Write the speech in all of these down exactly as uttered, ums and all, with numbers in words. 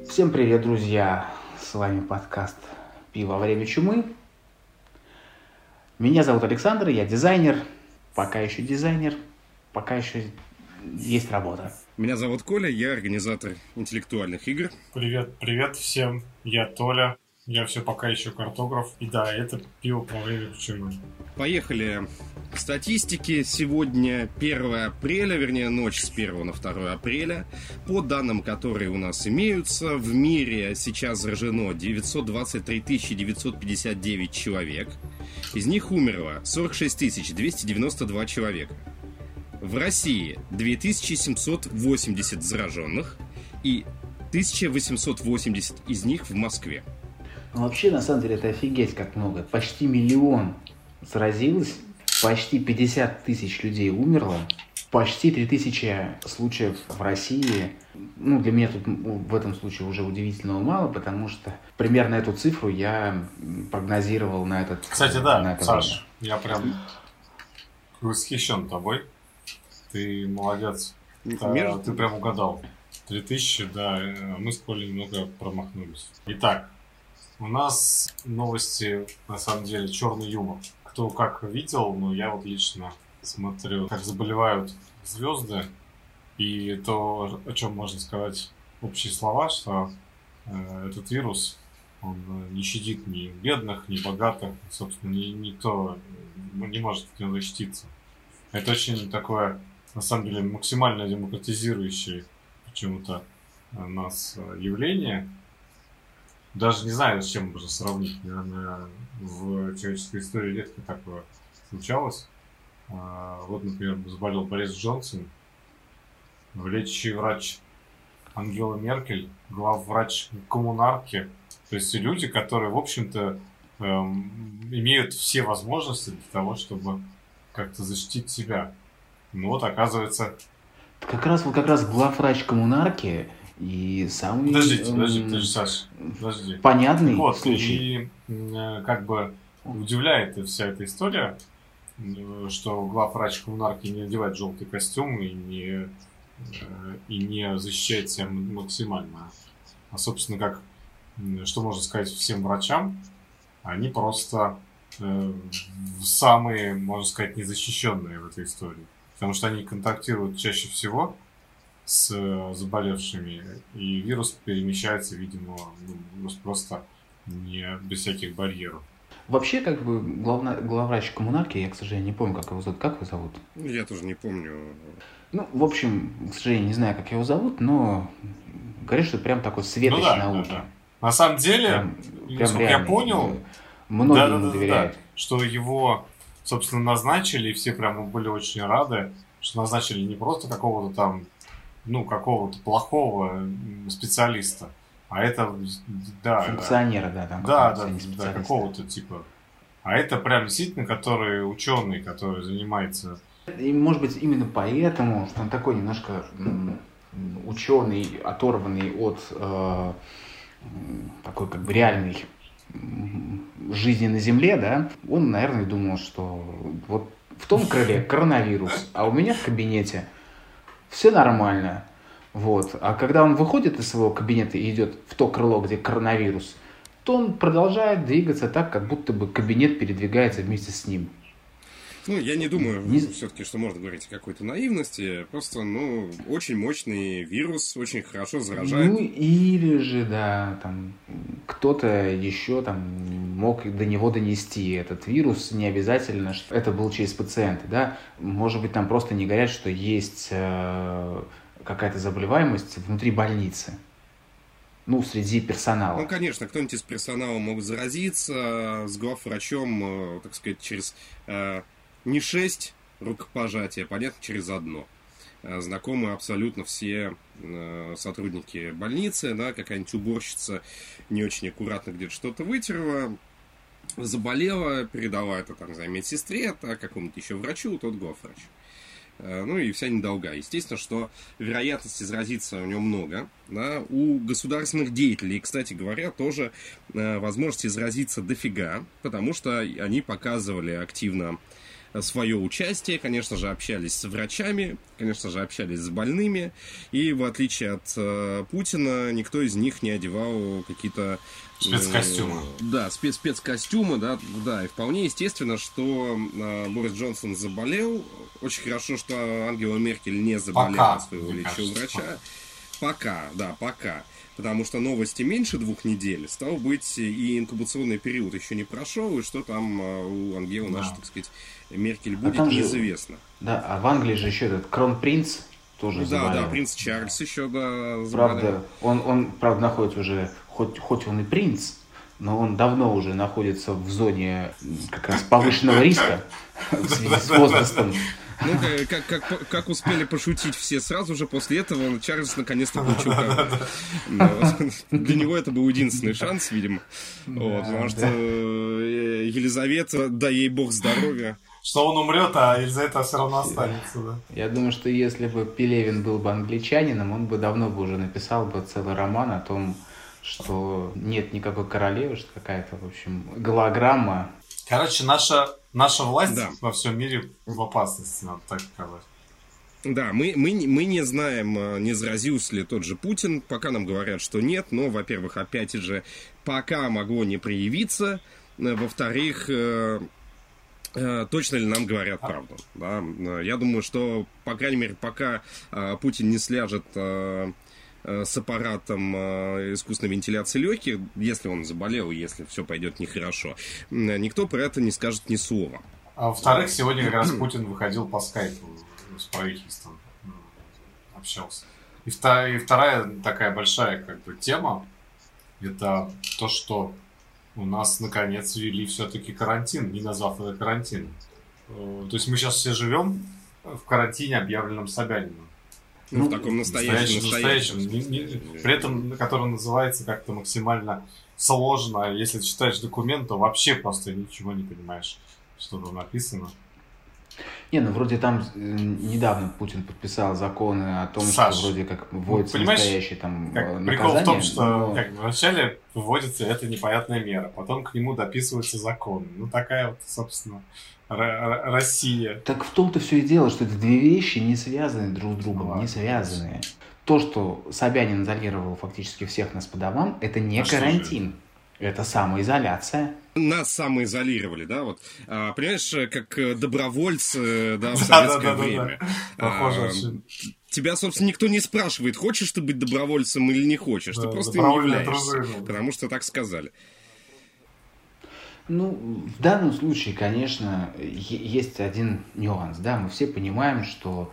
Всем привет, друзья! С вами подкаст «Пиво во время чумы». Меня зовут Александр, я дизайнер. Пока еще дизайнер, пока еще есть работа. Меня зовут Коля, я организатор интеллектуальных игр. Привет, привет всем, я Толя. Я все пока еще картограф. И да, это пиво во время чумы. Поехали к статистике. Сегодня первое апреля, вернее, ночь с первого на второе апреля. По данным, которые у нас имеются, в мире сейчас заражено девятьсот двадцать три тысячи девятьсот пятьдесят девять человек. Из них умерло сорок шесть тысяч двести девяносто два человека. В России две тысячи семьсот восемьдесят зараженных и тысяча восемьсот восемьдесят из них в Москве. Ну, вообще, на самом деле, это офигеть как много. Почти миллион заразилось, почти пятьдесят тысяч людей умерло, почти три тысячи случаев в России. Ну, для меня тут в этом случае уже удивительного мало, потому что примерно эту цифру я прогнозировал на этот Кстати, да, на это Саш, время. я прям восхищен тобой. Ты молодец. Между... Ты прям угадал. Три тысячи, да, мы с Колей немного промахнулись. Итак, у нас новости, на самом деле, черный юмор. Кто как видел, но я вот лично смотрю, как заболевают звезды. И то, о чем можно сказать общие слова, что э, этот вирус, он не щадит ни бедных, ни богатых. Собственно, ни, никто не может от него защититься. Это очень такое, на самом деле, максимально демократизирующее почему-то нас явление. Даже не знаю, с чем можно сравнить. Наверное, в человеческой истории редко такое случалось. Вот, например, заболел Борис Джонсон, лечащий врач Ангела Меркель, главврач коммунарки. То есть люди, которые, в общем-то, эм, имеют все возможности для того, чтобы как-то защитить себя. Ну вот, оказывается... Как раз, вот как раз главврач коммунарки и самый... Подождите, подожди, подожди, Саш, подожди. Понятный вот, случай. И э, как бы удивляет вся эта история, что главврач коммунарки не надевает желтый костюм и не, э, и не защищает себя максимально. А, собственно, как, что можно сказать всем врачам, они просто э, самые, можно сказать, незащищенные в этой истории. Потому что они контактируют чаще всего с заболевшими, и вирус перемещается, видимо, ну, просто не без всяких барьеров. Вообще, как бы, главна, главврач коммунарки, я, к сожалению, не помню, как его зовут. Как его зовут? Я тоже не помню. Ну, в общем, к сожалению, не знаю, как его зовут, но говорят, что прям такой светоч ну, да, науки. Да, да. На самом деле, прям, прям насколько я понял, многие да, ему да, доверяют. Да, да, что его, собственно, назначили, и все прямо были очень рады, что назначили не просто какого-то там, ну, какого-то плохого специалиста, а это, да... Функционера, да, там. Да, да, да, какого-то типа. А это прям действительно, который ученый, который занимается... И, может быть, именно поэтому, что он такой немножко ученый, оторванный от э, такой как бы реальной жизни на Земле, да, он, наверное, думал, что вот в том крыле коронавирус, а у меня в кабинете все нормально. Вот. А когда он выходит из своего кабинета и идет в то крыло, где коронавирус, то он продолжает двигаться так, как будто бы кабинет передвигается вместе с ним. Ну, я не думаю, не... все-таки, что можно говорить о какой-то наивности. Просто, ну, очень мощный вирус, очень хорошо заражает. Ну, или же, да, там, кто-то еще там мог до него донести этот вирус. Не обязательно, что это был через пациента, да. Может быть, там просто не говорят, что есть э, какая-то заболеваемость внутри больницы. Ну, среди персонала. Ну, конечно, кто-нибудь из персонала мог заразиться с главврачом, так сказать, через э, не шесть рукопожатия, понятно, через одно. Знакомы абсолютно все э, сотрудники больницы, да, какая-нибудь уборщица не очень аккуратно где-то что-то вытерла, заболела, передала это, там, не знаю, медсестре, а какому-то еще врачу, тот главврач. Ну и вся недолга. Естественно, что вероятности заразиться у него много. Да? У государственных деятелей, кстати говоря, тоже э, возможности заразиться дофига, потому что они показывали активно свое участие, конечно же, общались с врачами, конечно же, общались с больными, и в отличие от э, Путина, никто из них не одевал какие-то... Спецкостюмы. Э, да, спец спецкостюмы, да, да, и вполне естественно, что э, Борис Джонсон заболел. Очень хорошо, что Ангела Меркель не заболела от своего лечащего врача. Пока, да, пока. Потому что новости меньше двух недель, стало быть, и инкубационный период еще не прошел, и что там у Ангелы нашей, да. так сказать, Меркель будет, а неизвестно. Же, да, а в Англии же еще этот кронпринц тоже заболел. Да, да, принц Чарльз еще, да, заболел. Правда, он, он, правда, находится уже, хоть, хоть он и принц, но он давно уже находится в зоне как раз повышенного риска в связи с возрастом. Ну, как, как, как успели пошутить все сразу же после этого, Чарльз наконец-то получил корону. Для него это был единственный шанс, видимо. Вот, потому что Елизавета, да ей бог здоровья. Что он умрет, а Елизавета все равно останется, да. Я думаю, что если бы Пелевин был бы англичанином, он бы давно бы уже написал бы целый роман о том, что нет никакой королевы, что какая-то, в общем, голограмма. Короче, наша, наша власть да. во всем мире в опасности, надо так сказать. Да, мы, мы, мы не знаем, не заразился ли тот же Путин. Пока нам говорят, что нет. Но, во-первых, опять же, пока могло не проявиться. Во-вторых, э, э, точно ли нам говорят правду. Да? Я думаю, что, по крайней мере, пока э, Путин не сляжет... Э, с аппаратом искусственной вентиляции легких, если он заболел, если все пойдет нехорошо, никто про это не скажет ни слова. А во-вторых, сегодня как раз Путин выходил по скайпу с правительством, общался. И вторая, и вторая такая большая как бы тема, это то, что у нас наконец ввели все-таки карантин, не назвав это карантин. То есть мы сейчас все живем в карантине, объявленном Собяниным. Ну, в таком настоящем, настоящем, настоящем. Не, не, при этом, который называется как-то максимально сложно. Если читаешь документ, то вообще просто ничего не понимаешь, что там написано. Не, ну вроде там недавно Путин подписал законы о том, Саш, что вроде как вводится ну, настоящее там как, наказание. Прикол в том, что но... как, вначале вводится эта непонятная мера, потом к нему дописываются законы. Ну такая вот, собственно... Россия. Так в том-то все и дело, что это две вещи не связаны друг с другом, ну, не связанные. То, что Собянин изолировал фактически всех нас по домам, это не а карантин, это самоизоляция. Нас самоизолировали, да, вот. А, понимаешь, как добровольцы, да, в советское время. Похоже. Тебя, собственно, никто не спрашивает, хочешь ты быть добровольцем или не хочешь. Ты просто им являешься, потому что так сказали. Ну, в данном случае, конечно, есть один нюанс, да, мы все понимаем, что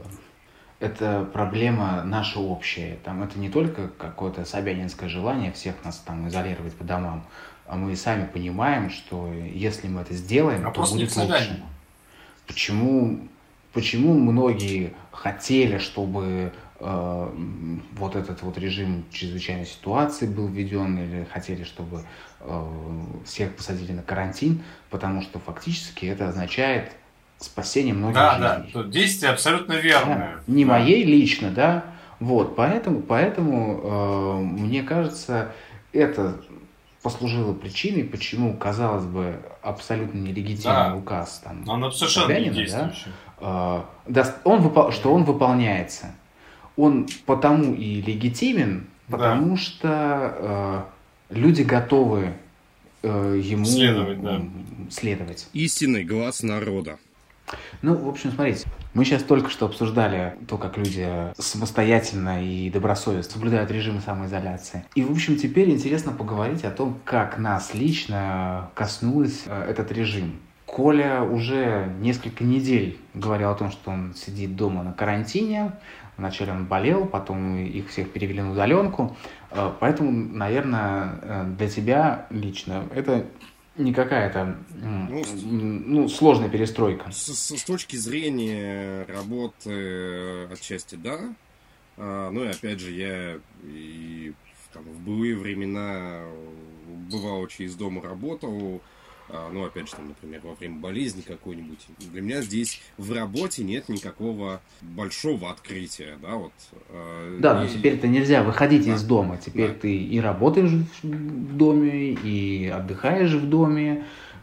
это проблема наша общая, там, это не только какое-то собянинское желание всех нас там изолировать по домам, а мы сами понимаем, что если мы это сделаем, а то будет лучше. Почему, почему многие хотели, чтобы э, вот этот вот режим чрезвычайной ситуации был введен, или хотели, чтобы всех посадили на карантин, потому что фактически это означает спасение многих да, жизней. Да, да, действие абсолютно верное. Да. Не да. моей лично, да. Вот, поэтому, поэтому э, мне кажется, это послужило причиной, почему, казалось бы, абсолютно нелегитимный да. указ там, он Собянина, да, э, да, он выпол... что он выполняется. Он потому и легитимен, потому да. что э, люди готовы э, ему следовать, да. следовать. Истинный глаз народа. Ну, в общем, смотрите, мы сейчас только что обсуждали то, как люди самостоятельно и добросовестно соблюдают режим самоизоляции. И, в общем, теперь интересно поговорить о том, как нас лично коснулся этот режим. Коля уже несколько недель говорил о том, что он сидит дома на карантине. Вначале он болел, потом их всех перевели на удаленку. Поэтому, наверное, для тебя лично это не какая-то ну, ну, сложная перестройка. С, с точки зрения работы отчасти да. А, ну и опять же, я и там, в былые времена бывало, из дома работал. Ну, опять же, там, например, во время болезни какой-нибудь. Для меня здесь в работе нет никакого большого открытия, да, вот. Да, и... но теперь-то нельзя выходить да. из дома. Теперь да. ты и работаешь в доме, и отдыхаешь в доме.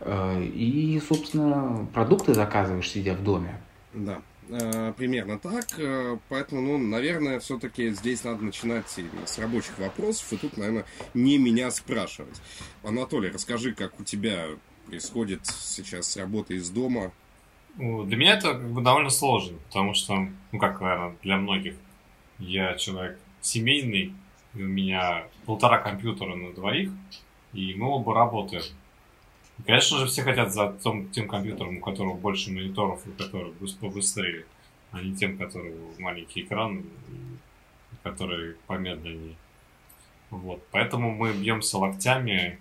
и, собственно, продукты заказываешь, сидя в доме. Да, примерно так. Поэтому, ну, наверное, все-таки здесь надо начинать именно с рабочих вопросов, и тут, наверное, не меня спрашивать. Анатолий, расскажи, как у тебя происходит сейчас работа из дома? Для меня это как бы довольно сложно, потому что, ну, как, наверное, для многих, я человек семейный, у меня полтора компьютера на двоих, и мы оба работаем. И, конечно же, все хотят за том, тем компьютером, у которого больше мониторов, и у которого побыстрее, а не тем, у которого маленький экран, и который помедленнее. Вот. Поэтому мы бьемся локтями,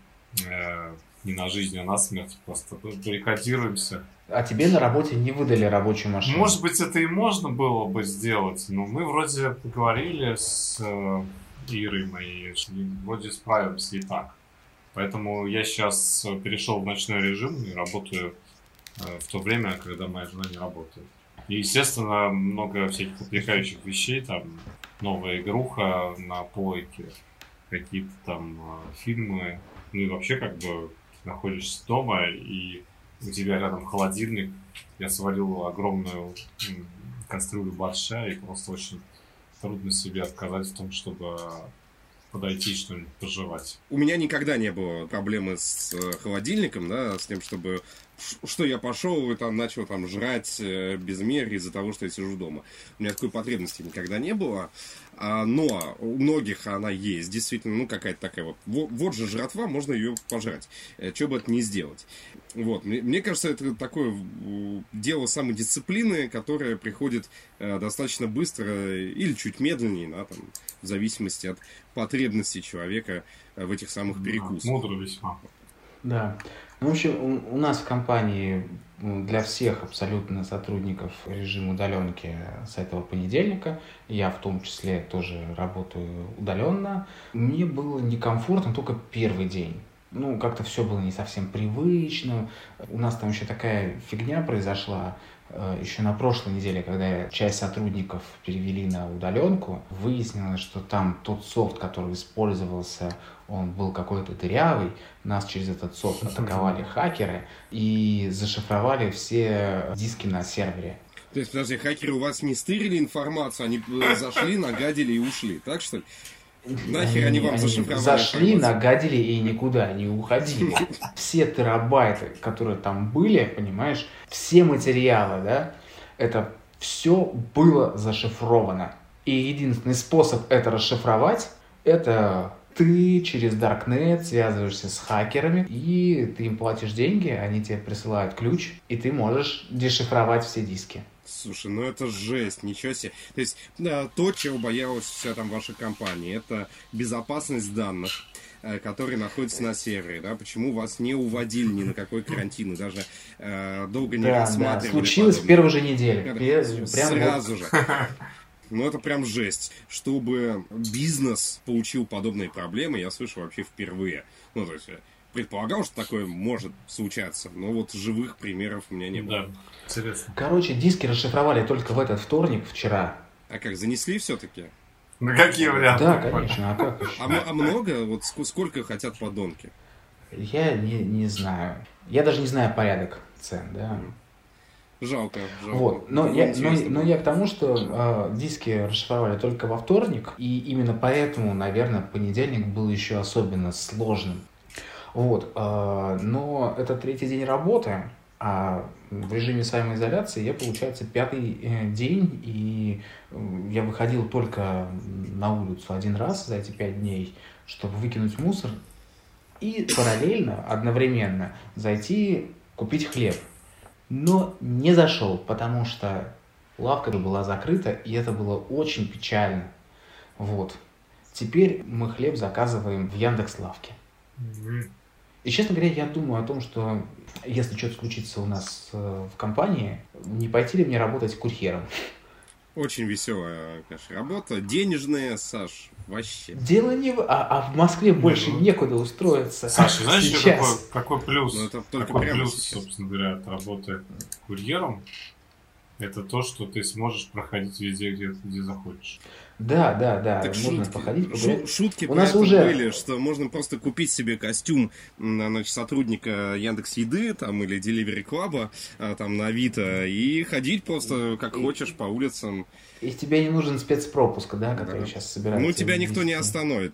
э, не на жизнь, а на смерть, просто баррикадируемся. А тебе на работе не выдали рабочую машину? Может быть, это и можно было бы сделать, но мы вроде поговорили с э, Ирой моей, вроде справимся и так. Поэтому я сейчас перешел в ночной режим и работаю э, в то время, когда моя жена не работает. И, естественно, много всяких отвлекающих вещей, там новая игруха на плойке, какие-то там э, фильмы. Ну и вообще, как бы, находишься дома, и у тебя рядом холодильник. Я сварил огромную м, кастрюлю борща, и просто очень трудно себе отказать в том, чтобы подойти и что-нибудь пожевать. У меня никогда не было проблемы с э, холодильником, да, с тем, чтобы что я пошел и там начал там жрать э, без меры из-за того, что я сижу дома. У меня такой потребности никогда не было. А, но у многих она есть, действительно, ну какая-то такая вот. Вот, вот же жратва, можно ее пожрать. Э, что бы это ни сделать. Вот. Мне, мне кажется, это такое дело самодисциплины, которое приходит э, достаточно быстро или чуть медленнее, да, там, в зависимости от потребностей человека э, в этих самых перекусах. Мудро весьма. Да. Ну, в общем, у, у нас в компании для всех абсолютно сотрудников режим удаленки с этого понедельника. Я в том числе тоже работаю удаленно. Мне было некомфортно только первый день. Ну, как-то все было не совсем привычно. У нас там еще такая фигня произошла. Еще на прошлой неделе, когда часть сотрудников перевели на удаленку, выяснилось, что там тот софт, который использовался, он был какой-то дырявый. Нас через этот софт атаковали хакеры и зашифровали все диски на сервере. То есть, подожди, хакеры у вас не стырили информацию, они зашли, нагадили и ушли, так что ли? Нахер они, они вам зашифровали? Зашли, нагадили и никуда не уходили. Все терабайты, которые там были, понимаешь, все материалы, да, это все было зашифровано. И единственный способ это расшифровать, это ты через Darknet связываешься с хакерами, и ты им платишь деньги, они тебе присылают ключ, и ты можешь дешифровать все диски. Слушай, ну это жесть, ничего себе. То есть да, то, чего боялась вся там ваша компания, это безопасность данных, которые находятся на сервере, да? Почему вас не уводили ни на какой карантин, и даже э, долго не да, рассматривали. Да, случилось в первой же неделе. Да, Без, сразу же. Ну, это прям жесть. Чтобы бизнес получил подобные проблемы, я слышу вообще впервые. Ну, то есть, предполагал, что такое может случаться, но вот живых примеров у меня не было. Да, интересно. Короче, диски расшифровали только в этот вторник, вчера. А как, занесли все-таки? Ну, какие варианты? Да, конечно, а как еще? А, а много? Вот сколько хотят подонки? Я не, не знаю. Я даже не знаю порядок цен, да. Жалко, жалко. Вот. Но, я, но, но я к тому, что э, диски расшифровали только во вторник, и именно поэтому, наверное, понедельник был еще особенно сложным. Вот. Э, но это третий день работы, а в режиме самоизоляции я, получается, пятый э, день, и э, я выходил только на улицу один раз за эти пять дней, чтобы выкинуть мусор, и параллельно, одновременно зайти купить хлеб. Но не зашел, потому что лавка была закрыта, и это было очень печально. Вот. Теперь мы хлеб заказываем в Яндекс.Лавке. Mm-hmm. И, честно говоря, я думаю о том, что если что-то случится у нас в компании, не пойти ли мне работать курьером? Очень веселая, конечно, работа. Денежная, Саш, вообще. Дело не в... А, а в Москве больше ну, некуда устроиться. Саша, знаешь, какой, какой плюс? Ну, это только какой прямо плюс, сейчас. собственно говоря, от работы курьером? это то, что ты сможешь проходить везде, где, где захочешь. Да, да, да, Так можно шутки, походить, погулять. шутки У нас про это уже были, что можно просто купить себе костюм, значит, сотрудника Яндекс.Еды там, или Delivery Club там, на Авито и ходить просто как и, хочешь по улицам. И тебе не нужен спецпропуск, да, который да. сейчас собирается. Ну, тебя никто не остановит.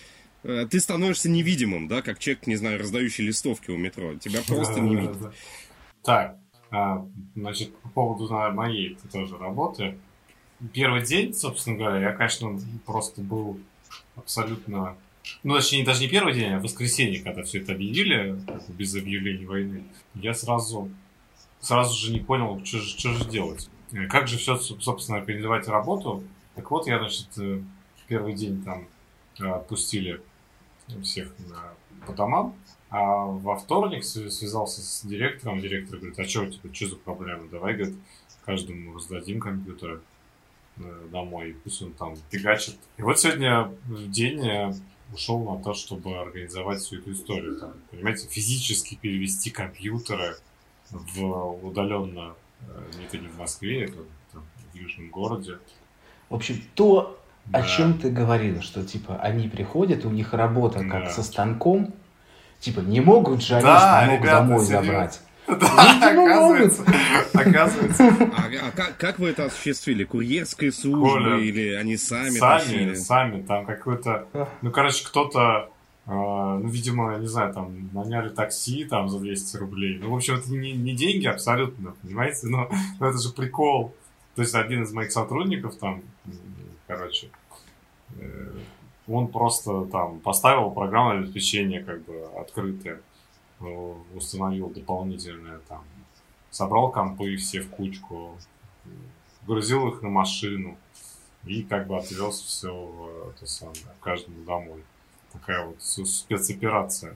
Ты становишься невидимым, да, как человек, не знаю, раздающий листовки у метро. Тебя просто не видят. Так, значит, по поводу моей тоже работы. Первый день, собственно говоря, я, конечно, просто был абсолютно... Ну, точнее, даже не первый день, а в воскресенье, когда все это объявили, без объявления войны, я сразу, сразу же не понял, что же, что же делать. Как же все, собственно, организовать работу. Так вот, я, значит, первый день там отпустили всех по домам, а во вторник связался с директором. Директор говорит, а что у тебя, что за проблема? Давай, говорит, каждому раздадим компьютеры домой, и пусть он там фигачит. И вот сегодня день ушел на то, чтобы организовать всю эту историю. Там, понимаете, физически перевести компьютеры в удаленно, это не в Москве, это там, в южном городе. В общем, то, да. о чем ты говорил, что типа они приходят, у них работа как да. со станком, типа не могут же они да, станок ребята, домой серьезно. забрать. Да, оказывается, оказывается. А, а как, как вы это осуществили? Курьерской службы Коля, или они сами Сами, тащили? сами, там какой-то... Ну, короче, кто-то, э, ну, видимо, не знаю, там, наняли такси там за двести рублей. Ну, в общем, это не, не деньги абсолютно, понимаете? Но, но это же прикол. То есть один из моих сотрудников там, короче, э, он просто там поставил программное обеспечение как бы открытое. Установил дополнительное там, собрал компы все в кучку, грузил их на машину и как бы отвез все в, это самое, каждому домой. Такая вот спецоперация.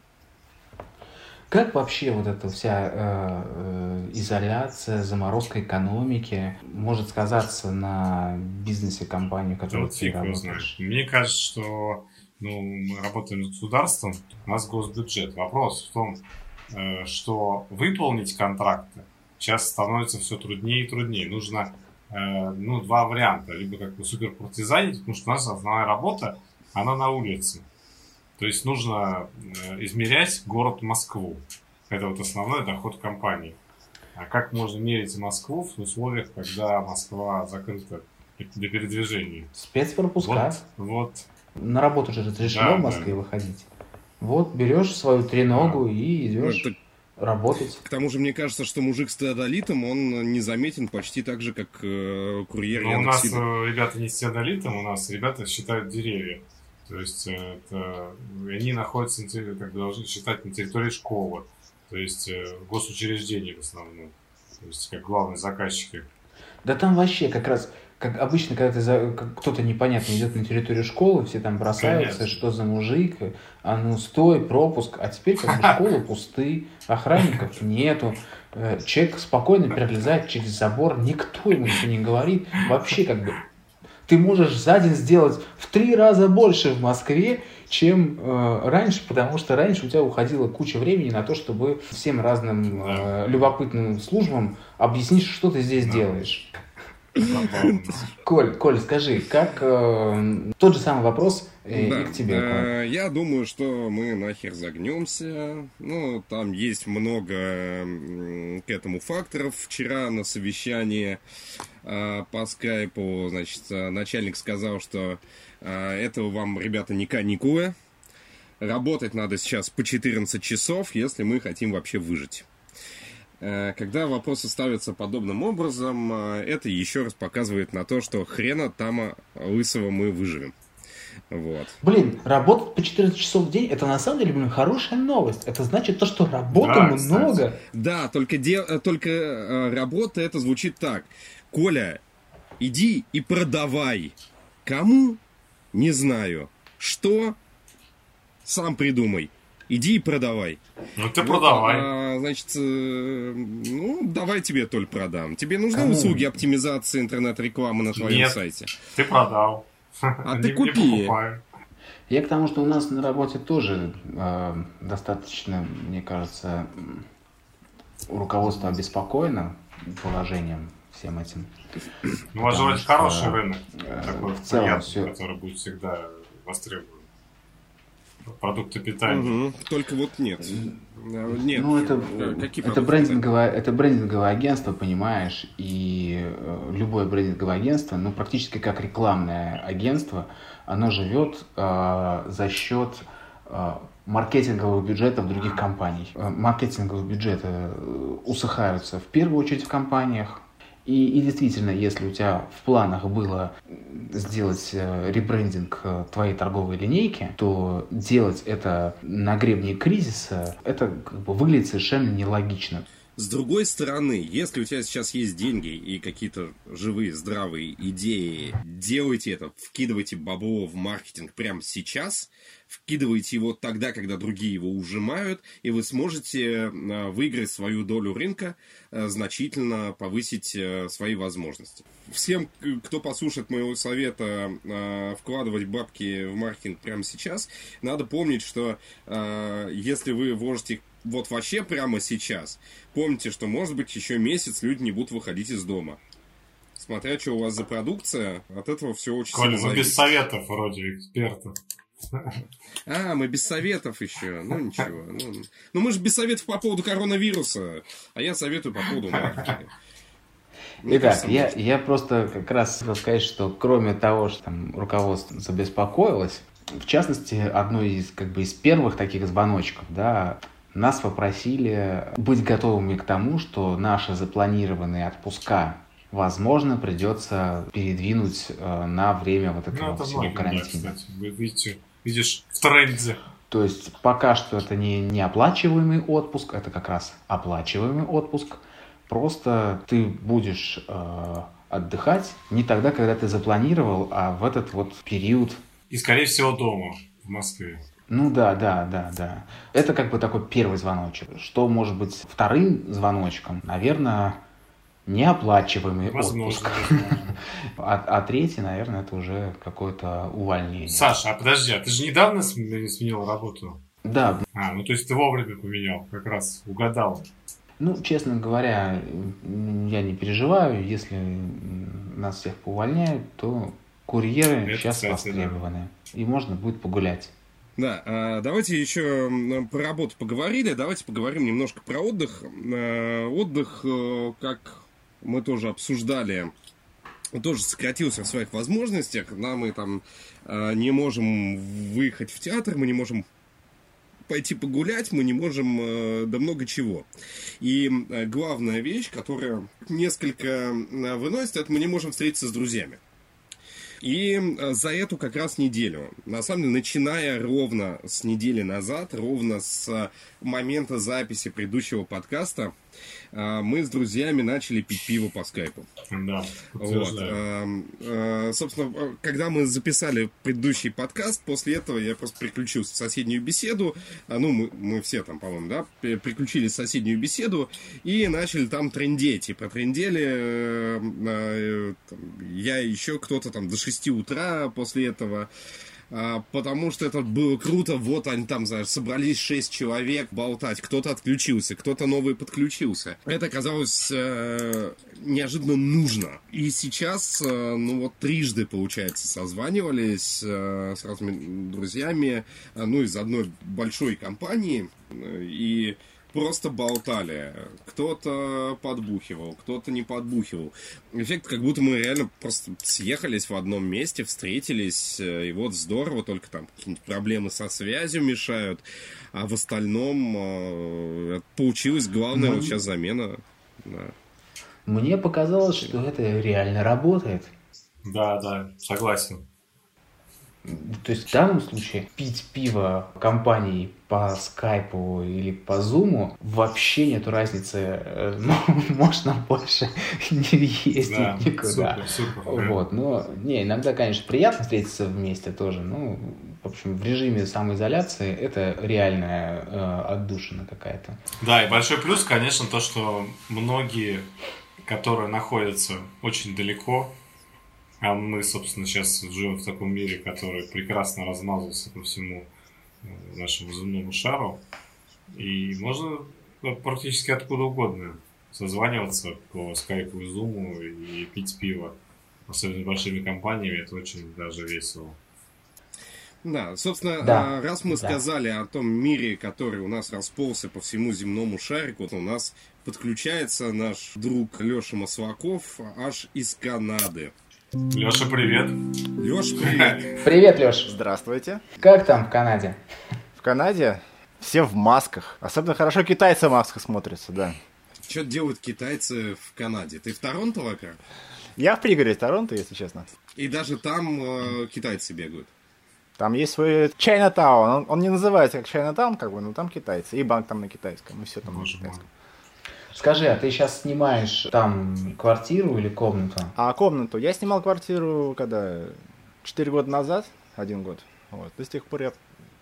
Как вообще вот эта вся э, э, изоляция, заморозка экономики может сказаться на бизнесе компании, в которой вот ты работаешь? Мне кажется, что ну, мы работаем с государством, у нас госбюджет. Вопрос в том, э, что выполнить контракты сейчас становится все труднее и труднее. Нужно э, ну, два варианта. Либо как бы суперпартизанить, потому что у нас основная работа, она на улице. То есть нужно э, измерять город Москву. Это вот основной доход компании. А как можно мерить Москву в условиях, когда Москва закрыта для передвижения? Спецпропуска. Вот, вот. На работу же разрешено да, в Москве да. выходить. Вот, берешь свою треногу да. и идешь ну, это... работать. К тому же, мне кажется, что мужик с теодолитом, он незаметен почти так же, как э, курьер Яндекс.Еды. У нас э, ребята не с теодолитом, у нас ребята считают деревья. То есть это, они находятся, как бы должны считать, на территории школы. То есть э, госучреждений в основном. То есть как главные заказчики. Да там вообще как раз... Как обычно, когда ты за... кто-то непонятно идет на территорию школы, все там бросаются, Конечно. Что за мужик, а ну стой, пропуск. А теперь как бы школы пусты, охранников нету, человек спокойно перелезает через забор, никто ему ничего не говорит. Вообще как бы ты можешь за день сделать в три раза больше в Москве, чем э, раньше, потому что раньше у тебя уходила куча времени на то, чтобы всем разным э, любопытным службам объяснить, что ты здесь делаешь. Коль, Коль, скажи, как э, тот же самый вопрос э, да. и к тебе. Э, я думаю, что мы нахер загнемся. Ну, там есть много э, к этому факторов. Вчера на совещании э, по скайпу, значит, начальник сказал, что э, этого вам, ребята, не каникулы. Работать надо сейчас по четырнадцать часов, если мы хотим вообще выжить. Когда вопросы ставятся подобным образом, это еще раз показывает на то, что хрена там лысого мы выживем. Вот. Блин, работать по четырнадцать часов в день, это на самом деле, блин, хорошая новость. Это значит то, что работы да, много. Кстати. Да, только, де... только работа это звучит так. Коля, иди и продавай. Кому? Не знаю. Что? Сам придумай. Иди и продавай. Ну ты вот, продавай. А, значит, э, ну, давай тебе, Толь, продам. Тебе нужны Кому? услуги оптимизации интернет-рекламы на твоем Нет, сайте? Ты продал. А ты купи. Я к тому, что у нас на работе тоже э, достаточно, мне кажется, руководство обеспокоено положением всем этим. Ну, у вас же вроде хороший рынок, такой в целом приятный, все... который будет всегда востребован. Продукты питания. Угу. Только вот нет. Нет. Ну, это, Какие это, брендинговое, это брендинговое агентство, понимаешь, и э, любое брендинговое агентство, ну, практически как рекламное агентство, оно живет э, за счет э, маркетинговых бюджетов других компаний. Маркетинговые бюджеты усыхаются в первую очередь в компаниях. И, и действительно, если у тебя в планах было сделать ребрендинг твоей торговой линейки, то делать это на гребне кризиса, это как бы выглядит совершенно нелогично. С другой стороны, если у тебя сейчас есть деньги и какие-то живые, здравые идеи, делайте это, вкидывайте бабло в маркетинг прямо сейчас, вкидывайте его тогда, когда другие его ужимают, и вы сможете выиграть свою долю рынка, значительно повысить свои возможности. Всем, кто послушает моего совета вкладывать бабки в маркетинг прямо сейчас, надо помнить, что если вы вложите их вот вообще прямо сейчас, помните, что может быть еще месяц люди не будут выходить из дома. Смотря что у вас за продукция, от этого все очень Коля, сильно мы без советов вроде экспертов. А, мы без советов еще. Ну ничего. Ну, ну мы же без советов по поводу коронавируса, а я советую по поводу маркетинга. Итак, я, я просто как раз хотел сказать, что кроме того, что там руководство забеспокоилось, в частности, одно из, как бы, из первых таких звоночков, да, нас попросили быть готовыми к тому, что наши запланированные отпуска, возможно, придется передвинуть э, на время вот этого ну, всего карантина. Да, кстати. Вы видите, видишь, в тренде. То есть пока что это не неоплачиваемый отпуск, это как раз оплачиваемый отпуск. Просто ты будешь э, отдыхать не тогда, когда ты запланировал, а в этот вот период. И, скорее всего, дома, в Москве. Ну да, да, да, да. Это как бы такой первый звоночек. Что может быть вторым звоночком? Наверное, неоплачиваемый возможно, отпуск. Возможно. А, а третий, наверное, это уже какое-то увольнение. Саша, а подожди, а ты же недавно сменил работу? Да. А, ну то есть ты вовремя поменял, как раз угадал. Ну, честно говоря, я не переживаю. Если нас всех поувольняют, то курьеры это, сейчас кстати, востребованы. Да. И можно будет погулять. Да, давайте еще про работу поговорили, давайте поговорим немножко про отдых. Отдых, как мы тоже обсуждали, тоже сократился в своих возможностях. Да, мы там не можем выехать в театр, мы не можем пойти погулять, мы не можем да много чего. И главная вещь, которая несколько выносит, это мы не можем встретиться с друзьями. И за эту как раз неделю, на самом деле, начиная ровно с недели назад, ровно с момента записи предыдущего подкаста, мы с друзьями начали пить пиво по скайпу. Да, вот. Собственно, когда мы записали предыдущий подкаст, после этого я просто переключился в соседнюю беседу. Ну, мы, мы все там, по-моему, да, переключились в соседнюю беседу и начали там трындеть. И протрындели я и еще кто-то там до шести утра после этого. Потому что это было круто, вот они там, знаешь, собрались шесть человек болтать, кто-то отключился, кто-то новый подключился. Это оказалось э, неожиданно нужно. И сейчас, э, ну вот трижды, получается, созванивались э, с разными друзьями, э, ну из одной большой компании, э, и просто болтали. Кто-то подбухивал, кто-то не подбухивал. Эффект, как будто мы реально просто съехались в одном месте, встретились, и вот здорово, только там какие-нибудь проблемы со связью мешают, а в остальном э, получилась главная вот сейчас замена. Да. Мне показалось, что это реально работает. Да, да, согласен. То есть в данном случае пить пиво компании по скайпу или по зуму вообще нету разницы. Ну, можно больше не ездить да, никуда. Супер, супер. Вот, но не, иногда, конечно, приятно встретиться вместе тоже. Ну, в общем, в режиме самоизоляции это реальная э, отдушина какая-то. Да, и большой плюс, конечно, то, что многие, которые находятся очень далеко. А мы, собственно, сейчас живем в таком мире, который прекрасно размазался по всему нашему земному шару. И можно практически откуда угодно созваниваться по скайпу и зуму и пить пиво. Особенно с большими компаниями, это очень даже весело. Да, собственно, Да, раз мы да. сказали о том мире, который у нас расползся по всему земному шарику, то у нас подключается наш друг Леша Маслаков аж из Канады. Леша, привет. Леш, привет. Привет, Леш. Здравствуйте. Как там в Канаде? В Канаде все в масках. Особенно хорошо китайцы в масках смотрятся, да. Что делают китайцы в Канаде? Ты в Торонто, во-первых? Я в пригороде Торонто, если честно. И даже там э, китайцы бегают. Там есть свой Чайнатаун. Он, он не называется как Чайнатаун, как бы, но там китайцы. И банк там на китайском, и все там Боже на китайском. Скажи, а ты сейчас снимаешь там квартиру или комнату? А комнату? Я снимал квартиру, когда? Четыре года назад, один год. Вот. И с тех пор я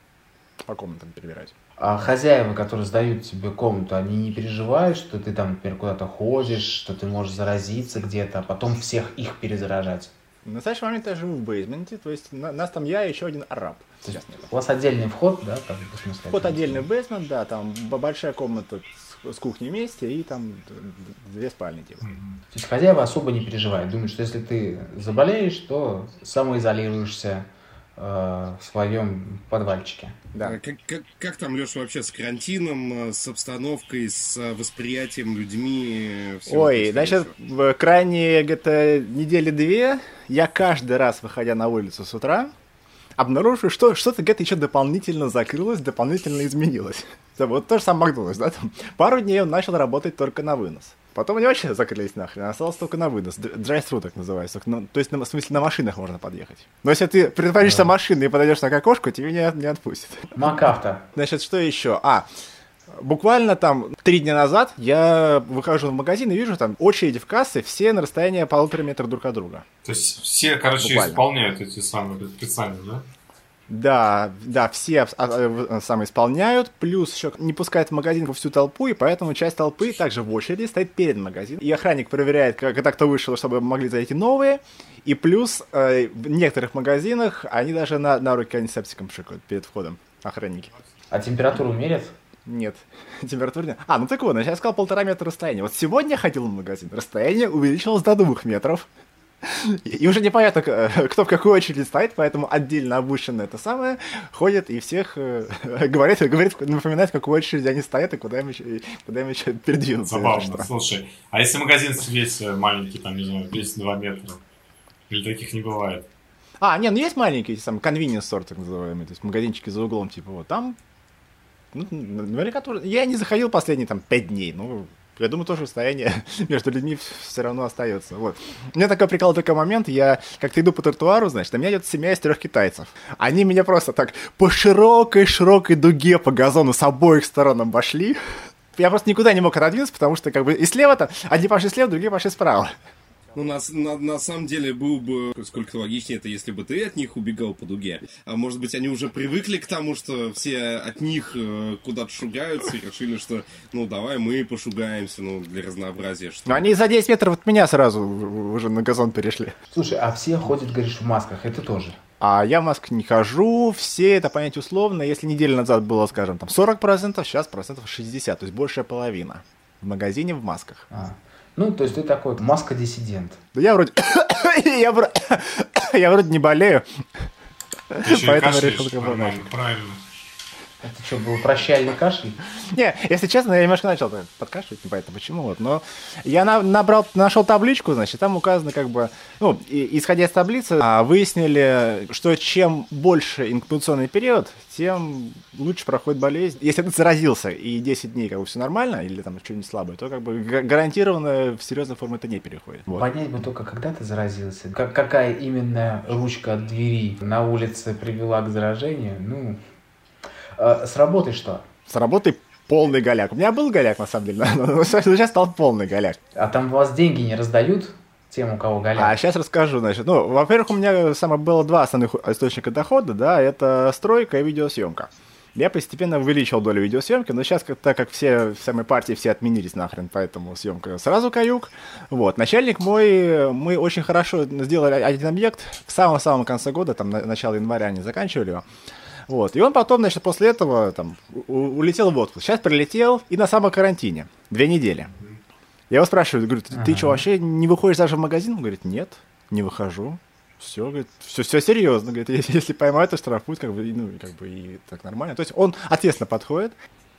по комнатам перебираюсь. А хозяева, которые сдают тебе комнату, они не переживают, что ты там, например, куда-то ходишь, что ты можешь заразиться где-то, а потом всех их перезаражать? В настоящий момент я живу в бейсменте, то есть на, нас там я и еще один араб. То есть у вас отдельный вход, да? Там, в смысле, Вход отдельный в бейсмент, да, там б- большая комната с, с кухней вместе и там д- д- две спальни типа. То есть хозяева особо не переживают, думают, что если ты заболеешь, то самоизолируешься э, в своем подвальчике. Да. А Как, как, как там, Леша, вообще с карантином, э, с обстановкой, с э, восприятием людьми? э, всего Ой, значит, происходящего? в крайние где-то недели две я каждый раз, выходя на улицу с утра, обнаруживаю, что что-то где-то еще дополнительно закрылось, дополнительно изменилось. Это вот то же самое Макдональдс, да? Там пару дней он начал работать только на вынос. Потом они вообще закрылись нахрен, осталось только на вынос. Drive-thru так называется. Ну, то есть, на, в смысле, на машинах можно подъехать. Но если ты притворишься машиной и подойдешь так к окошку, тебе не, не отпустят. МакАвто. Значит, что еще? А, буквально там три дня назад я выхожу в магазин и вижу там очереди в кассы, все на расстоянии полутора метров друг от друга. То есть все, короче, Буквально. исполняют эти самые предписания, да? Да, да, все а, а, сам исполняют, плюс еще не пускают в магазин во всю толпу, и поэтому часть толпы также в очереди стоит перед магазином. И охранник проверяет, когда кто вышел, чтобы могли зайти новые. И плюс э, в некоторых магазинах они даже на, на руки антисептиком пшикают перед входом, охранники. А температуру мерят? Нет, температура нет. А, ну так вот, я сказал полтора метра расстояния. Вот сегодня я ходил в магазин, расстояние увеличилось до двух метров. И уже непонятно, кто в какой очереди стоит, поэтому отдельно обученные это самое ходят и всех э, говорит, говорит, напоминает, в какой очереди они стоят и куда им еще, куда им еще передвинуться. Забавно, слушай. А если магазин весь маленький, там, не знаю, весь два метра? Или таких не бывает? А, не, ну есть маленькие, эти самые convenience store, так называемые, то есть магазинчики за углом, типа вот там, ну, наверняка тоже. Я не заходил последние там пять дней, ну, я думаю, тоже расстояние между людьми все равно остается. Вот. У меня такой прикол, такой момент, я как-то иду по тротуару, значит, у меня идет семья из трех китайцев. Они меня просто так по широкой-широкой дуге по газону с обоих сторон обошли. Я просто никуда не мог отодвинуться, потому что как бы и слева там, одни пошли слева, другие пошли справа. Ну, на, на, на самом деле, был бы сколько логичнее это, если бы ты от них убегал по дуге. А может быть, они уже привыкли к тому, что все от них э, куда-то шугаются и решили, что, ну, давай мы пошугаемся, ну, для разнообразия. Что... Но они за десять метров от меня сразу уже на газон перешли. Слушай, а все ходят, говоришь, в масках, это тоже? А я в масках не хожу, все это понять условно. Если неделю назад было, скажем, там сорок процентов, сейчас процентов шестьдесят, то есть большая половина. В магазине в масках. А. Ну, то есть ты такой маска-диссидент. Да я вроде... я, вроде... я вроде не болею. Ты еще и Поэтому кашляешь, решил как бы нормально, правильно. Это что, был прощальный кашель? Не, если честно, я немножко начал подкашивать, непонятно почему, вот, но я на, набрал, нашел табличку, значит, там указано как бы, ну, и, исходя из таблицы, выяснили, что чем больше инкубационный период, тем лучше проходит болезнь. Если ты заразился и десять дней как бы все нормально, или там что-нибудь слабое, то как бы гарантированно в серьезную форму это не переходит. Вот. Понять бы только, когда ты заразился, как, какая именно ручка от двери на улице привела к заражению, ну... С работой что? С работой полный голяк. У меня был голяк, на самом деле, но сейчас стал полный голяк. А там у вас деньги не раздают тем, у кого голяк? А сейчас расскажу, значит. Ну, во-первых, у меня самое было два основных источника дохода, да, это стройка и видеосъемка. Я постепенно увеличил долю видеосъемки, но сейчас, так как все самые партии все отменились нахрен, поэтому съемка сразу каюк. Вот. Начальник мой, мы очень хорошо сделали один объект в самом-самом конце года, там, на, начало января они заканчивали его. Вот. И он потом, значит, после этого там, у- улетел в отпуск. Сейчас прилетел и на самокарантине. Две недели. Я его спрашиваю, говорю, ты, Ага. ты что, вообще не выходишь даже в магазин? Он говорит, нет, не выхожу. Все, говорит, все, все серьезно. Говорит, если, если поймают, то штрафуют, как бы, и, ну, как бы и так нормально. То есть он ответственно подходит.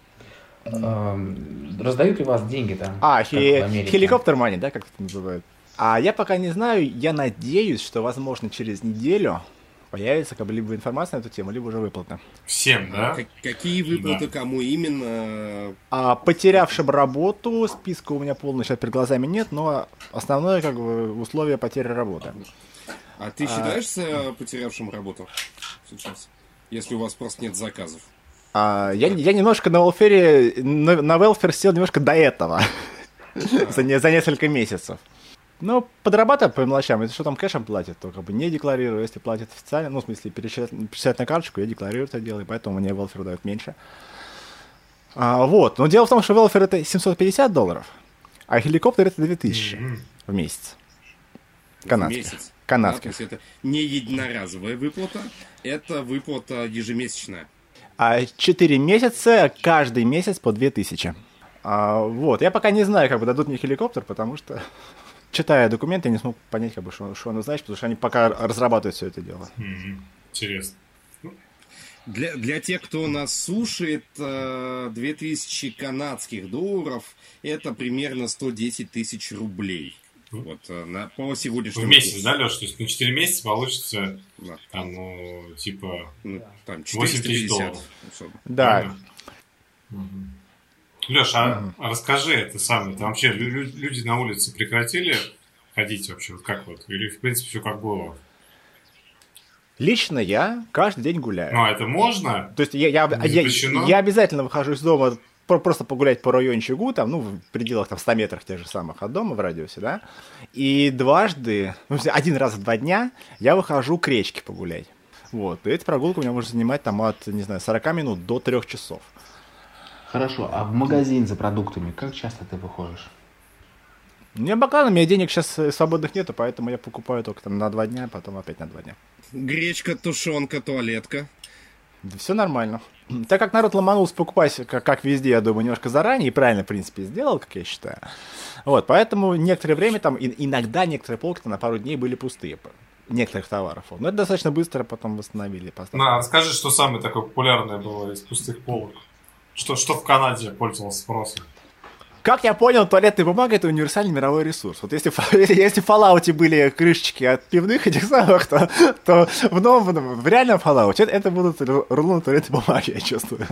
Эм, Раздают ли вас деньги там? А, как хе- в Америке? хеликоптер мани, да, как это называют? А я пока не знаю, я надеюсь, что, возможно, через неделю появится как бы либо информация на эту тему, либо уже выплата. Всем, да? Как- какие выплаты, Да. кому именно? А потерявшим работу, списка у меня полный сейчас перед глазами нет, но основное как бы условие потери работы. А ты считаешься потерявшим работу сейчас? Если у вас просто нет заказов. А, я, я немножко на welfare, на, на welfare сел немножко до этого, за, не- за несколько месяцев. Ну, подрабатываю по мелочам, если что там кэшем платят, то как бы не декларирую, если платят официально, ну, в смысле, перечислять, перечислять на карточку, я декларирую это дело, и поэтому мне welfare дают меньше. А, вот, но дело в том, что welfare это семьсот пятьдесят долларов, а хеликоптер это две тысячи в месяц. Канадских. В месяц. Канадских. Да, то есть это не единоразовая выплата, это выплата ежемесячная. А четыре месяца, каждый месяц по две тысячи. А, вот, я пока не знаю, как бы дадут мне хеликоптер, потому что, читая документы, я не смог понять, как бы, что, что оно значит, потому что они пока разрабатывают все это дело. Мгм. Интересно. Для, для тех, кто нас слушает, э, две тысячи канадских долларов это примерно сто десять тысяч рублей. Вот, э, на, по сегодняшнему В месяц, курсу. да, Леш? То есть на четыре месяца получится Да. там, ну, типа... Ну, там восемь тысяч четыреста пятьдесят. долларов. условно. Да. Леш, а, а расскажи это самое. Там вообще лю- лю- люди на улице прекратили ходить вообще? Вот как вот? Или, в принципе, все как было? Лично я каждый день гуляю. Ну, а это можно? То есть я, я, Не я, запрещено? я обязательно выхожу из дома про- просто погулять по райончику, там, ну, в пределах там ста метрах тех же самых от дома в радиусе, да. И дважды, ну, в смысле, один раз в два дня я выхожу к речке погулять. Вот. И эта прогулка у меня может занимать там от, не знаю, сорока минут до трех часов. Хорошо, а в магазин за продуктами как часто ты выходишь? Мне пока, у меня денег сейчас свободных нету, поэтому я покупаю только там на два дня, потом опять на два дня. Гречка, тушенка, туалетка. Да все нормально. Так как народ ломанулся покупать, как, как везде, я думаю, немножко заранее, и правильно, в принципе, сделал, как я считаю. Вот, поэтому некоторое время там, и- иногда некоторые полки на пару дней были пустые. п- Некоторых товаров. Вот. Но это достаточно быстро потом восстановили. поставки. На, расскажи, что самое такое популярное было из пустых полок. Что, что в Канаде пользовалось спросом? Как я понял, туалетная бумага — это универсальный мировой ресурс. Вот если, в- если в Fallout были крышечки от пивных этих самых, то, то в новом, в реальном Fallout это, это будут ру- рулоны туалетной бумаги, я чувствую.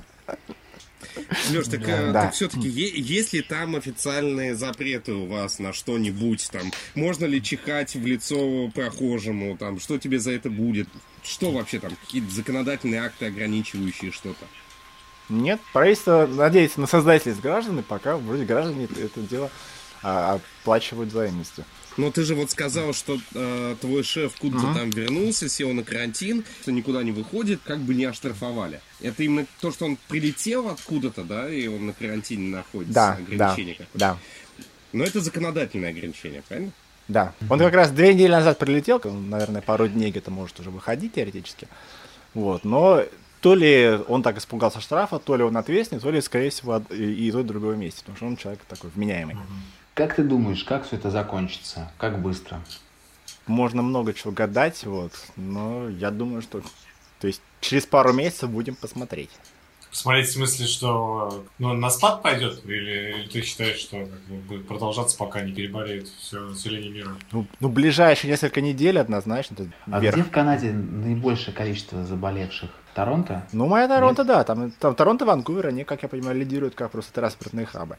Леш, так, э, Да. так все-таки, есть ли там официальные запреты у вас на что-нибудь? Там, можно ли чихать в лицо прохожему? Там, что тебе за это будет? Что вообще там? Какие-то законодательные акты, ограничивающие что-то? Нет, правительство надеется на создательность граждан, и пока вроде граждане это, это дело а, оплачивают взаимностью. Но ты же вот сказал, что э, твой шеф куда-то там вернулся, сел на карантин, что никуда не выходит, как бы не оштрафовали. Это именно то, что он прилетел откуда-то, да, и он на карантине находится, Да, да, ограничение какое-то. да, Но это законодательное ограничение, правильно? да. Он как раз две недели назад прилетел, он, наверное, пару дней где-то может уже выходить теоретически. Вот, но то ли он так испугался штрафа, то ли он ответственный, то ли, скорее всего, и, и то, и другое вместе, потому что он человек такой вменяемый. Как ты думаешь, как все это закончится? Как быстро? Можно много чего гадать, вот, но я думаю, что, то есть, через пару месяцев будем посмотреть. Посмотреть в смысле, что ну, на спад пойдет? Или, или ты считаешь, что как бы, будет продолжаться, пока не переболеет все население мира? Ну, ну, ближайшие несколько недель однозначно это А вверх. где в Канаде наибольшее количество заболевших? Торонто? Ну, моя Торонто, да, там, там Торонто, Ванкувер, они, как я понимаю, лидируют как просто транспортные хабы.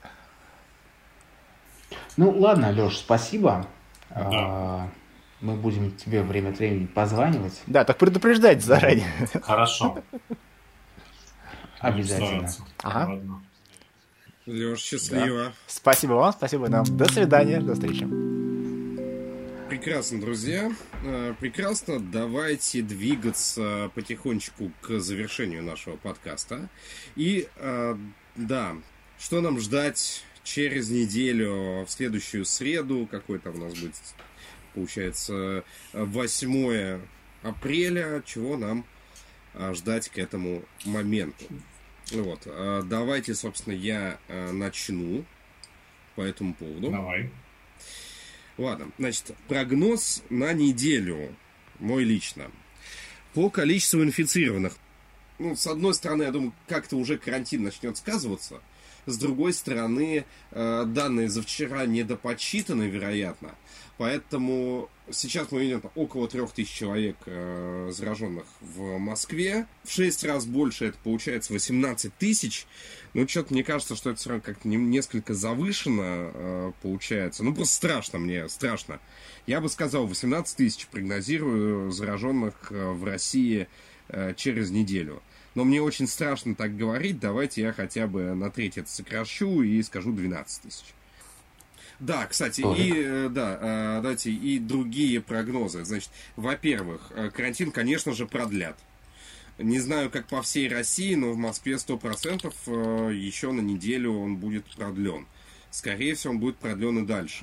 Ну ладно, Леш, спасибо. Да. А, Мы будем тебе время от времени позванивать. Да, так предупреждать заранее. Хорошо. Обязательно. Стараться. Ага. Ладно. Леш, счастливо. Спасибо вам, спасибо нам. До свидания, до встречи. Прекрасно, друзья. Э, Прекрасно. Давайте двигаться потихонечку к завершению нашего подкаста. И э, да, что нам ждать через неделю, в следующую среду, какой там у нас будет, получается, восьмое апреля, чего нам э, ждать к этому моменту. Вот. э, Давайте, собственно, я э, начну. по этому поводу. Давай. Ладно, значит, прогноз на неделю, мой лично. По количеству инфицированных. Ну, с одной стороны, я думаю, как-то уже карантин начнет сказываться. С другой стороны, данные за вчера недоподсчитаны, вероятно. Поэтому сейчас мы видим около трех тысяч человек зараженных в Москве. В шесть раз больше, это получается восемнадцать тысяч. Ну, что-то мне кажется, что это все равно как-то несколько завышено получается. Ну, просто страшно мне, страшно. Я бы сказал, восемнадцать тысяч прогнозирую зараженных в России через неделю. Но мне очень страшно так говорить. Давайте я хотя бы на треть это сокращу и скажу двенадцать тысяч. Да, кстати, Толик. и да, давайте и другие прогнозы. Значит, во-первых, карантин, конечно же, продлят. Не знаю, как по всей России, но в Москве сто процентов еще на неделю он будет продлен. Скорее всего, он будет продлен и дальше.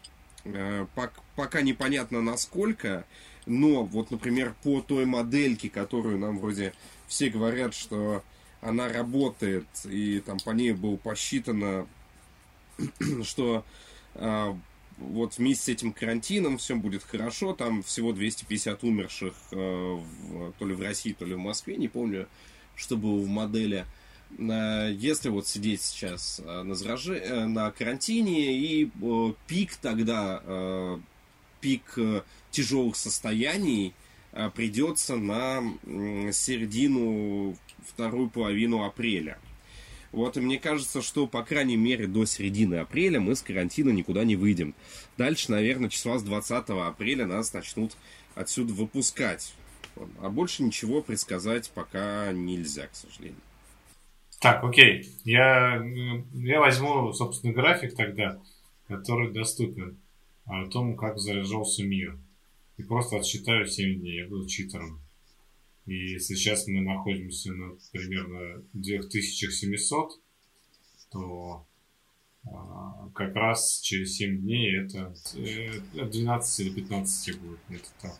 Пока непонятно насколько, но вот, например, по той модельке, которую нам вроде все говорят, что она работает, и там по ней было посчитано, что а, вот вместе с этим карантином все будет хорошо, там всего двести пятьдесят умерших, а, в, то ли в России, то ли в Москве, не помню, что было в модели. А, если вот сидеть сейчас на, зараже, на карантине, и а, пик тогда, а, пик а, тяжелых состояний а, придется на а, середину, вторую половину апреля. Вот, и мне кажется, что, по крайней мере, до середины апреля мы с карантина никуда не выйдем. Дальше, наверное, числа с двадцатого апреля нас начнут отсюда выпускать. А больше ничего предсказать пока нельзя, к сожалению. Так, окей. Я, я возьму, собственно, график тогда, который доступен, о том, как заражался мир. И просто отсчитаю семь дней. Я буду читером. И если сейчас мы находимся на примерно две тысячи семьсот, то а, как раз через семь дней это от двенадцати или пятнадцати будет. Это так.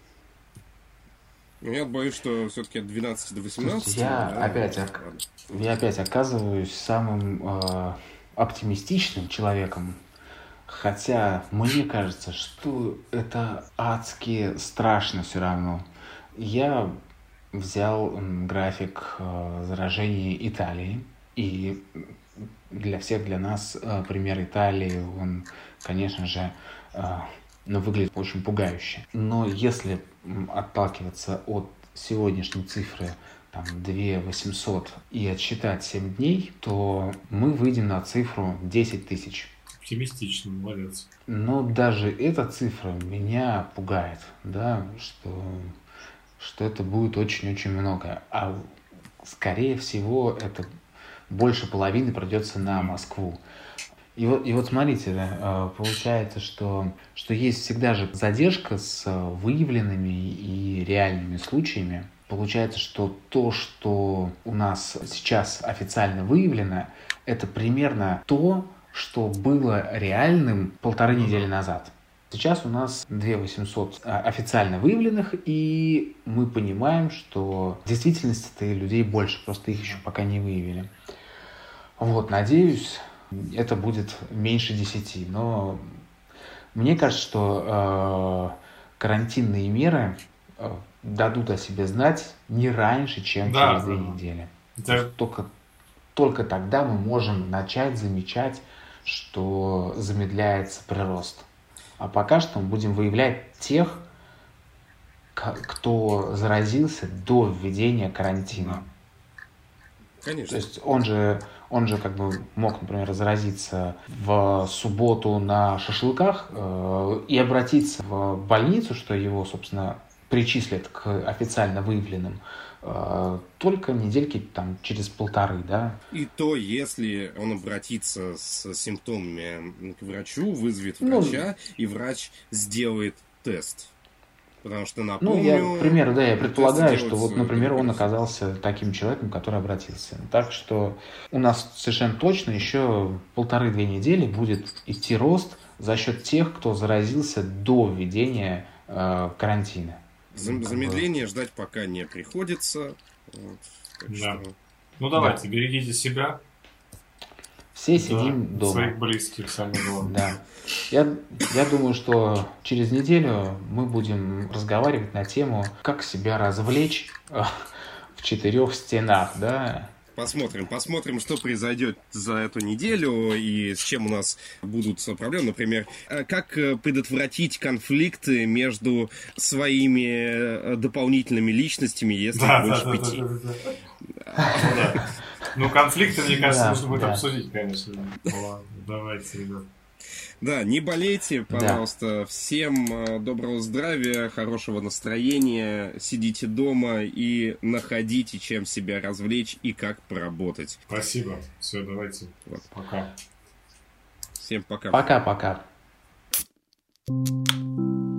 Я боюсь, что все-таки от двенадцати до восемнадцати. Я, да, опять, я опять оказываюсь самым э, оптимистичным человеком. Хотя мне кажется, что это адски страшно все равно. Я взял график э, заражения Италии, и для всех, для нас э, пример Италии, он, конечно же, э, ну, выглядит очень пугающе. Но если отталкиваться от сегодняшней цифры, там, две тысячи восемьсот, и отсчитать семь дней, то мы выйдем на цифру десять тысяч. Оптимистично, молодец. Но даже эта цифра меня пугает, да, что... что это будет очень-очень много. А скорее всего, это больше половины придется на Москву. И вот, и вот смотрите, да, получается, что, что есть всегда же задержка с выявленными и реальными случаями. Получается, что то, что у нас сейчас официально выявлено, это примерно то, что было реальным полторы недели назад. Сейчас у нас две тысячи восемьсот официально выявленных, и мы понимаем, что в действительности-то людей больше, просто их еще пока не выявили. Вот, надеюсь, это будет меньше десяти, но мне кажется, что э, карантинные меры э, дадут о себе знать не раньше, чем да, через две да. недели. Да. Только, только тогда мы можем начать замечать, что замедляется прирост. А пока что мы будем выявлять тех, кто заразился до введения карантина. Конечно. То есть он же, он же как бы мог, например, заразиться в субботу на шашлыках э, и обратиться в больницу, что его, собственно, причислят к официально выявленным, э, только недельки там, через полторы, да. И то, если он обратится с симптомами к врачу, вызовет врача, ну, и врач сделает тест. Потому что, напомню... Ну, я, к примеру, да, я предполагаю, что вот, например, он оказался таким человеком, который обратился. Так что у нас совершенно точно еще полторы-две недели будет идти рост за счет тех, кто заразился до введения э, карантина. Замедление ждать пока не приходится. Вот, да. Что... Ну, давайте, да. Берегите себя. Все сидим Да, дома. Своих близких, самое главное. Да. Я, я думаю, что через неделю мы будем разговаривать на тему, как себя развлечь э, в четырех стенах, да. Посмотрим, посмотрим, что произойдет за эту неделю и с чем у нас будут проблемы. Например, как предотвратить конфликты между своими дополнительными личностями, если Да, их больше да, да, пяти. да, да, да. Ну, да. Ну, конфликты, мне кажется, Да, нужно будет да. обсудить, конечно. Ладно, давайте, ребят. Да, не болейте, пожалуйста. Всем э, доброго здравия, хорошего настроения. Сидите дома и находите, чем себя развлечь и как поработать. Спасибо. Все, давайте. Вот. Пока. Всем пока. Пока-пока.